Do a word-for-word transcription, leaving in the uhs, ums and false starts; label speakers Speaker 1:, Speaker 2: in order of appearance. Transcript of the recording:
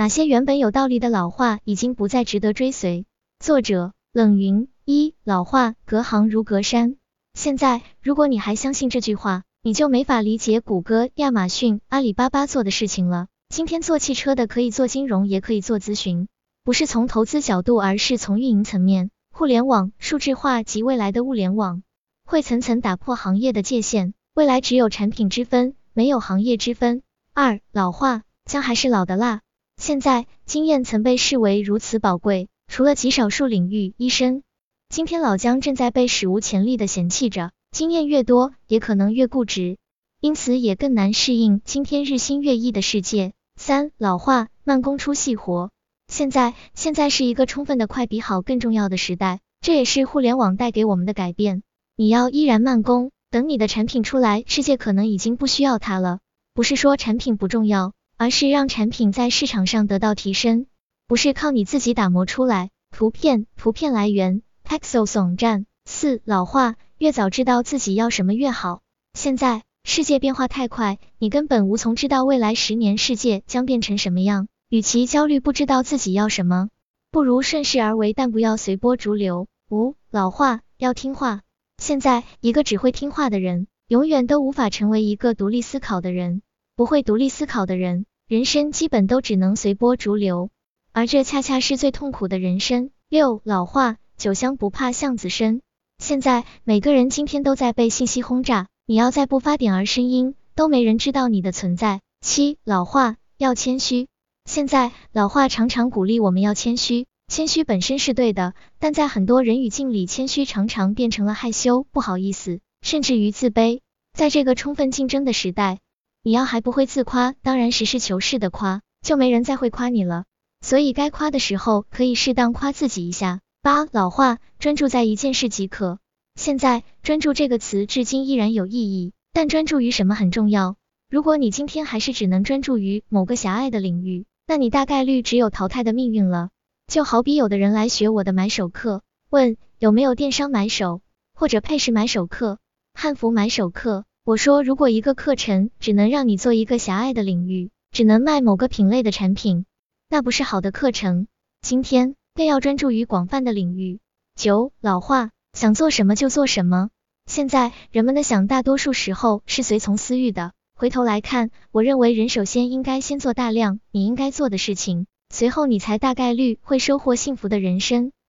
Speaker 1: 哪些原本有道理的老话已经不再值得追随？作者冷云。一、老话隔行如隔山。现在，如果你还相信这句话，你就没法理解谷歌、亚马逊、阿里巴巴做的事情了。今天做汽车的可以做金融，也可以做咨询，不是从投资角度，而是从运营层面。互联网、数字化及未来的物联网，会层层打破行业的界限，未来只有产品之分，没有行业之分。二、老话，姜还是老的辣。现在，经验曾被视为如此宝贵，除了极少数领域，医生，今天老姜正在被史无前例的嫌弃着。经验越多，也可能越固执，因此也更难适应今天日新月异的世界。三、老话，慢工出细活。现在，现在是一个充分的快比好更重要的时代，这也是互联网带给我们的改变。你要依然慢工，等你的产品出来，世界可能已经不需要它了。不是说产品不重要，而是让产品在市场上得到提升，不是靠你自己打磨出来。图片，图片来源 Paxos 网站。四、老话，越早知道自己要什么越好。现在世界变化太快，你根本无从知道未来十年世界将变成什么样。与其焦虑不知道自己要什么，不如顺势而为，但不要随波逐流。五、老话，要听话。现在一个只会听话的人，永远都无法成为一个独立思考的人。不会独立思考的人，人生基本都只能随波逐流，而这恰恰是最痛苦的人生。六、老话，酒香不怕巷子深。现在每个人今天都在被信息轰炸，你要再不发点儿声音，都没人知道你的存在。七、老话，要谦虚。现在老话常常鼓励我们要谦虚，谦虚本身是对的，但在很多人语境里，谦虚常常变成了害羞、不好意思，甚至于自卑。在这个充分竞争的时代，你要还不会自夸，当然实事求是的夸，就没人再会夸你了。所以该夸的时候，可以适当夸自己一下。八、老话，专注在一件事即可。现在专注这个词至今依然有意义，但专注于什么很重要。如果你今天还是只能专注于某个狭隘的领域，那你大概率只有淘汰的命运了。就好比有的人来学我的买手课，问有没有电商买手，或者配饰买手课、汉服买手课。我说，如果一个课程只能让你做一个狭隘的领域，只能卖某个品类的产品，那不是好的课程。今天更要专注于广泛的领域。九、老话，想做什么就做什么。现在人们的想大多数时候是随从私欲的。回头来看，我认为人首先应该先做大量你应该做的事情，随后你才大概率会收获幸福的人生。